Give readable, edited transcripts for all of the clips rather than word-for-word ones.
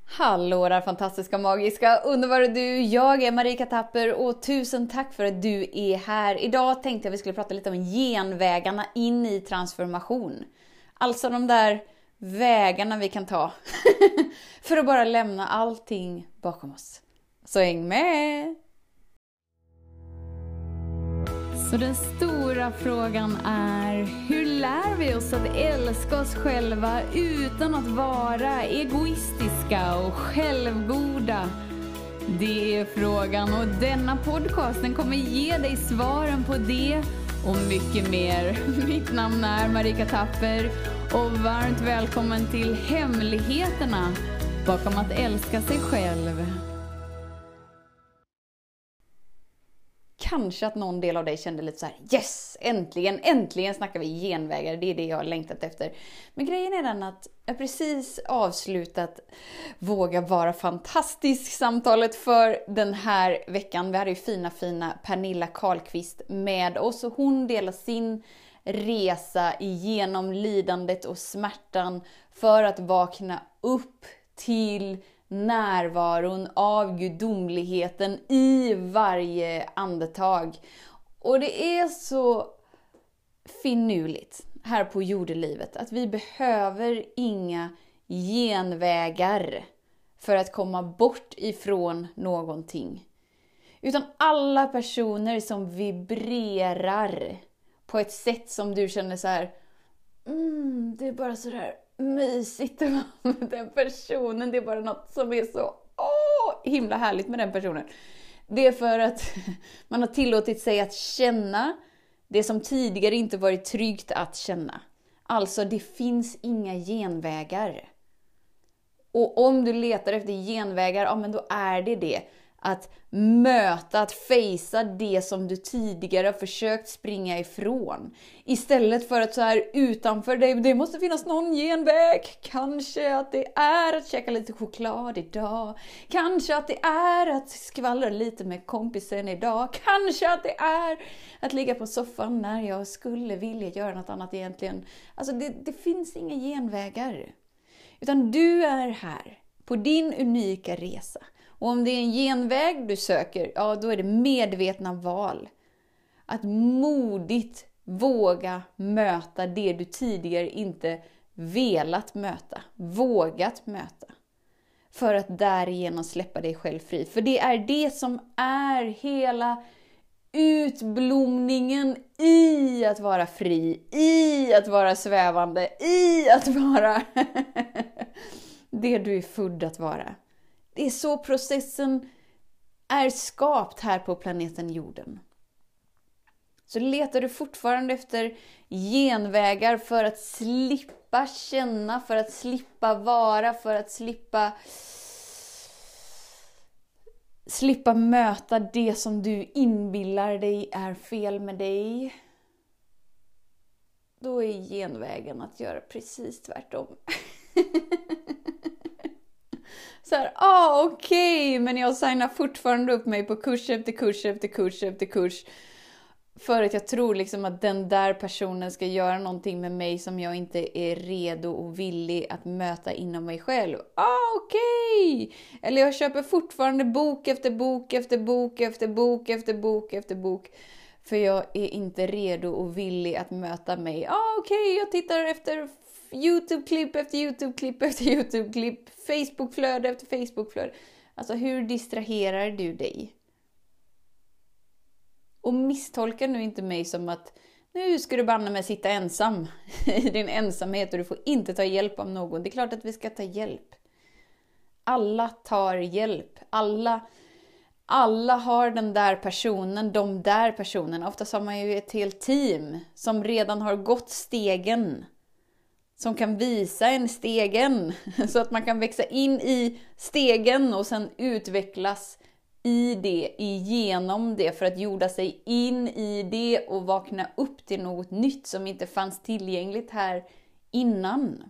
Hallå där fantastiska, magiska, underbara du! Jag är Marika Tapper och tusen tack för att du är här. Idag tänkte jag vi skulle prata lite om genvägarna in i transformation. Alltså de där vägarna vi kan ta för att bara lämna allting bakom oss. Så häng med! Så den stora frågan är, hur lär vi oss att älska oss själva utan att vara egoistiska och självgoda? Det är frågan, och denna podcasten kommer ge dig svaren på det och mycket mer. Mitt namn är Marika Tapper och varmt välkommen till hemligheterna bakom att älska sig själv. Kanske att någon del av dig kände lite så här: yes, äntligen snackar vi genvägar, det är det jag har längtat efter. Men grejen är den att jag precis avslutat Våga vara fantastisk samtalet för den här veckan. Vi hade ju fina Pernilla Karlqvist med oss och hon delar sin resa igenom lidandet och smärtan för att vakna upp till närvaron av gudomligheten i varje andetag. Och det är så finurligt här på jordelivet att vi behöver inga genvägar för att komma bort ifrån någonting. Utan alla personer som vibrerar på ett sätt som du känner så här, det är bara så där mysigt med den personen. Det är bara något som är så himla härligt med den personen. Det är för att man har tillåtit sig att känna det som tidigare inte varit tryggt att känna. Alltså det finns inga genvägar. Och om du letar efter genvägar, ja men då är det. Att möta, att fejsa det som du tidigare har försökt springa ifrån. Istället för att så här utanför dig, det måste finnas någon genväg. Kanske att det är att käka lite choklad idag. Kanske att det är att skvallra lite med kompisen idag. Kanske att det är att ligga på soffan när jag skulle vilja göra något annat egentligen. Alltså det finns inga genvägar. Utan du är här på din unika resa. Och om det är en genväg du söker, ja då är det medvetna val. Att modigt våga möta det du tidigare inte velat möta, vågat möta. För att därigenom släppa dig själv fri. För det är det som är hela utblomningen i att vara fri, i att vara svävande, i att vara det du är född att vara. Det är så processen är skapt här på planeten jorden. Så letar du fortfarande efter genvägar för att slippa känna, för att slippa vara, för att slippa möta det som du inbillar dig är fel med dig. Då är genvägen att göra precis tvärtom. Så här, okej, men jag signar fortfarande upp mig på kurs efter kurs efter kurs efter kurs. För att jag tror liksom att den där personen ska göra någonting med mig som jag inte är redo och villig att möta inom mig själv. Okej! Eller jag köper fortfarande bok efter bok efter bok efter bok efter bok efter bok. För jag är inte redo och villig att möta mig. Okej, jag tittar efter YouTube-klipp efter YouTube-klipp efter YouTube-klipp. Facebook-flöde efter Facebook-flöde. Alltså hur distraherar du dig? Och misstolka nu inte mig som att nu ska du banna med sitta ensam i din ensamhet och du får inte ta hjälp av någon. Det är klart att vi ska ta hjälp. Alla tar hjälp. Alla har den där personen, de där personerna. Oftast har man ju ett helt team som redan har gått stegen. Som kan visa en stegen så att man kan växa in i stegen och sen utvecklas i det, igenom det för att jorda sig in i det och vakna upp till något nytt som inte fanns tillgängligt här innan.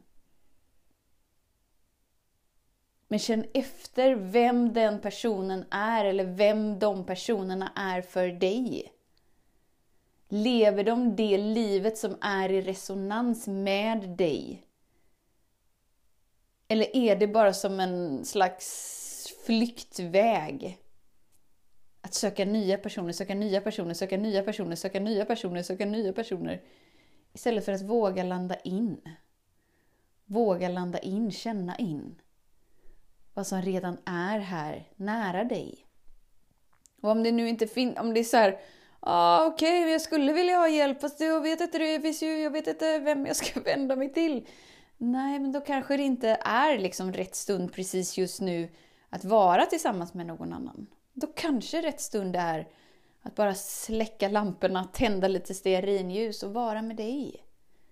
Men känn efter vem den personen är eller vem de personerna är för dig. Lever de det livet som är i resonans med dig? Eller är det bara som en slags flyktväg? Att söka nya personer, söka nya personer, söka nya personer, söka nya personer, söka nya personer. Istället för att våga landa in. Våga landa in, känna in. Vad som redan är här, nära dig. Och om det nu inte finns, om det är så här, okej, jag skulle vilja ha hjälp, fast jag vet inte, jag vet inte vem jag ska vända mig till. Nej, men då kanske det inte är liksom rätt stund precis just nu att vara tillsammans med någon annan. Då kanske rätt stund är att bara släcka lamporna, tända lite stearinljus och vara med dig.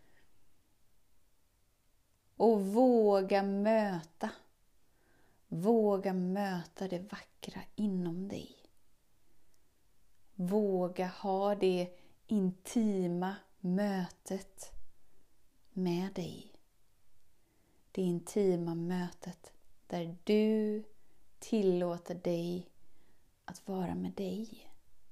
Och våga möta. Våga möta det vackra inom dig. Våga ha det intima mötet med dig. Det intima mötet där du tillåter dig att vara med dig.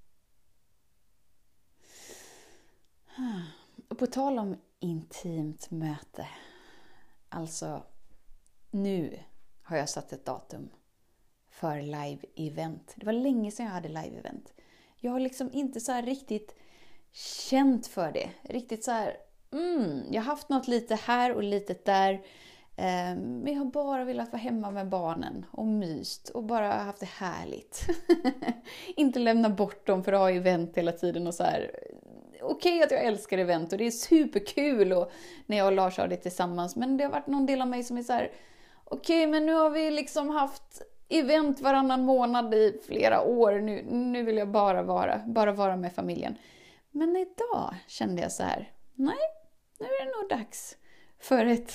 Och på tal om intimt möte. Alltså, nu har jag satt ett datum för live-event. Det var länge sedan jag hade live-event. Jag har liksom inte så här riktigt känt för det. Riktigt så här, jag har haft något lite här och lite där. Men jag har bara velat vara hemma med barnen och myst och bara haft det härligt. Inte lämna bort dem för att ha event hela tiden och så här. Okej att jag älskar event och det är superkul och när jag och Lars har det tillsammans. Men det har varit någon del av mig som är så här, okej, men nu har vi liksom haft event varannan månad i flera år. Nu vill jag bara vara med familjen. Men idag kände jag så här, nej, nu är det nog dags för ett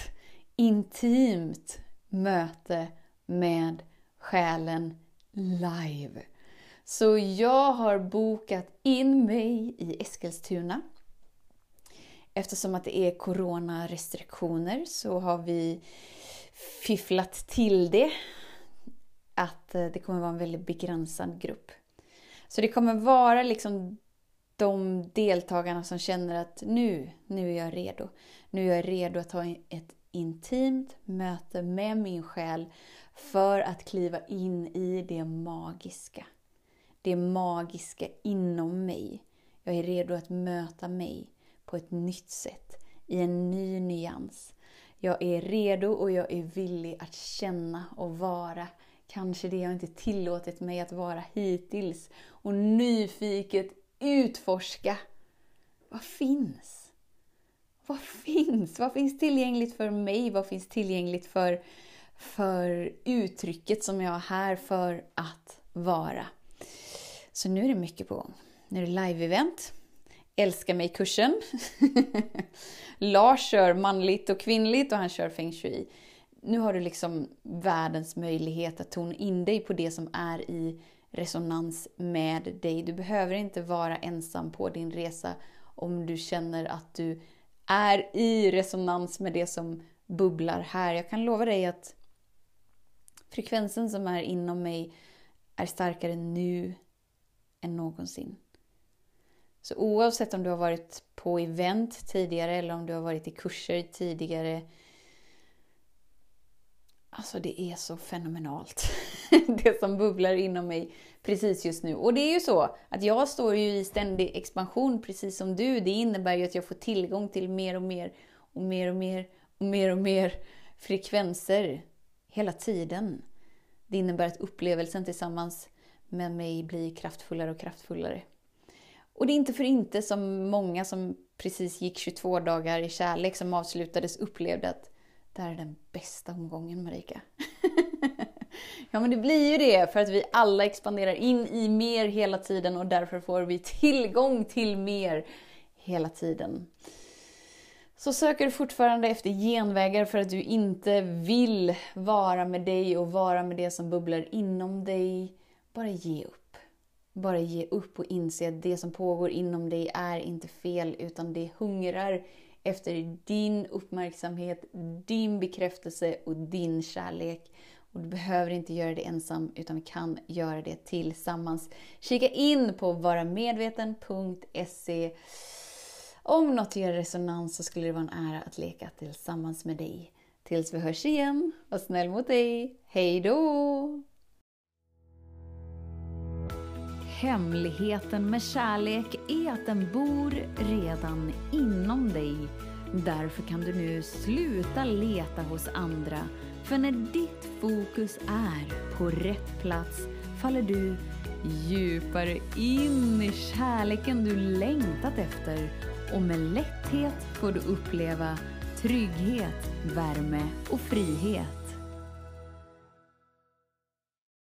intimt möte med själen live. Så jag har bokat in mig i Eskilstuna. Eftersom att det är coronarestriktioner så har vi fifflat till det. Att det kommer vara en väldigt begränsad grupp. Så det kommer vara liksom de deltagarna som känner att nu är jag redo. Nu är jag redo att ha ett intimt möte med min själ för att kliva in i det magiska. Det magiska inom mig. Jag är redo att möta mig på ett nytt sätt, i en ny nyans. Jag är redo och jag är villig att känna och vara kanske det jag inte tillåtit mig att vara hittills. Och nyfiket utforska. Vad finns? Vad finns? Vad finns tillgängligt för mig? Vad finns tillgängligt för uttrycket som jag är här för att vara? Så nu är det mycket på gång. Nu är det live-event. Älskar mig-kursen. Lars kör manligt och kvinnligt och han kör feng shui. Nu har du liksom världens möjlighet att tona in dig på det som är i resonans med dig. Du behöver inte vara ensam på din resa om du känner att du är i resonans med det som bubblar här. Jag kan lova dig att frekvensen som är inom mig är starkare nu än någonsin. Så oavsett om du har varit på event tidigare eller om du har varit i kurser tidigare. Alltså det är så fenomenalt. Det som bubblar inom mig precis just nu. Och det är ju så att jag står ju i ständig expansion precis som du. Det innebär ju att jag får tillgång till mer och mer och mer och mer och mer och mer frekvenser hela tiden. Det innebär att upplevelsen tillsammans med mig blir kraftfullare och kraftfullare. Och det är inte för inte som många som precis gick 22 dagar i kärlek som avslutades upplevde att det här är den bästa omgången, Marika. Ja, men det blir ju det för att vi alla expanderar in i mer hela tiden och därför får vi tillgång till mer hela tiden. Så söker du fortfarande efter genvägar för att du inte vill vara med dig och vara med det som bubblar inom dig. Bara ge upp. Bara ge upp och inse att det som pågår inom dig är inte fel utan det hungrar efter din uppmärksamhet, din bekräftelse och din kärlek. Och du behöver inte göra det ensam utan vi kan göra det tillsammans. Kika in på varamedveten.se. Om något ger resonans så skulle det vara en ära att leka tillsammans med dig Tills vi hörs igen, var snäll mot dig. Hej då! Hemligheten med kärlek är att den bor redan inom dig. Därför kan du nu sluta leta hos andra. För när ditt fokus är på rätt plats faller du djupare in i kärleken du längtat efter. Och med lätthet får du uppleva trygghet, värme och frihet.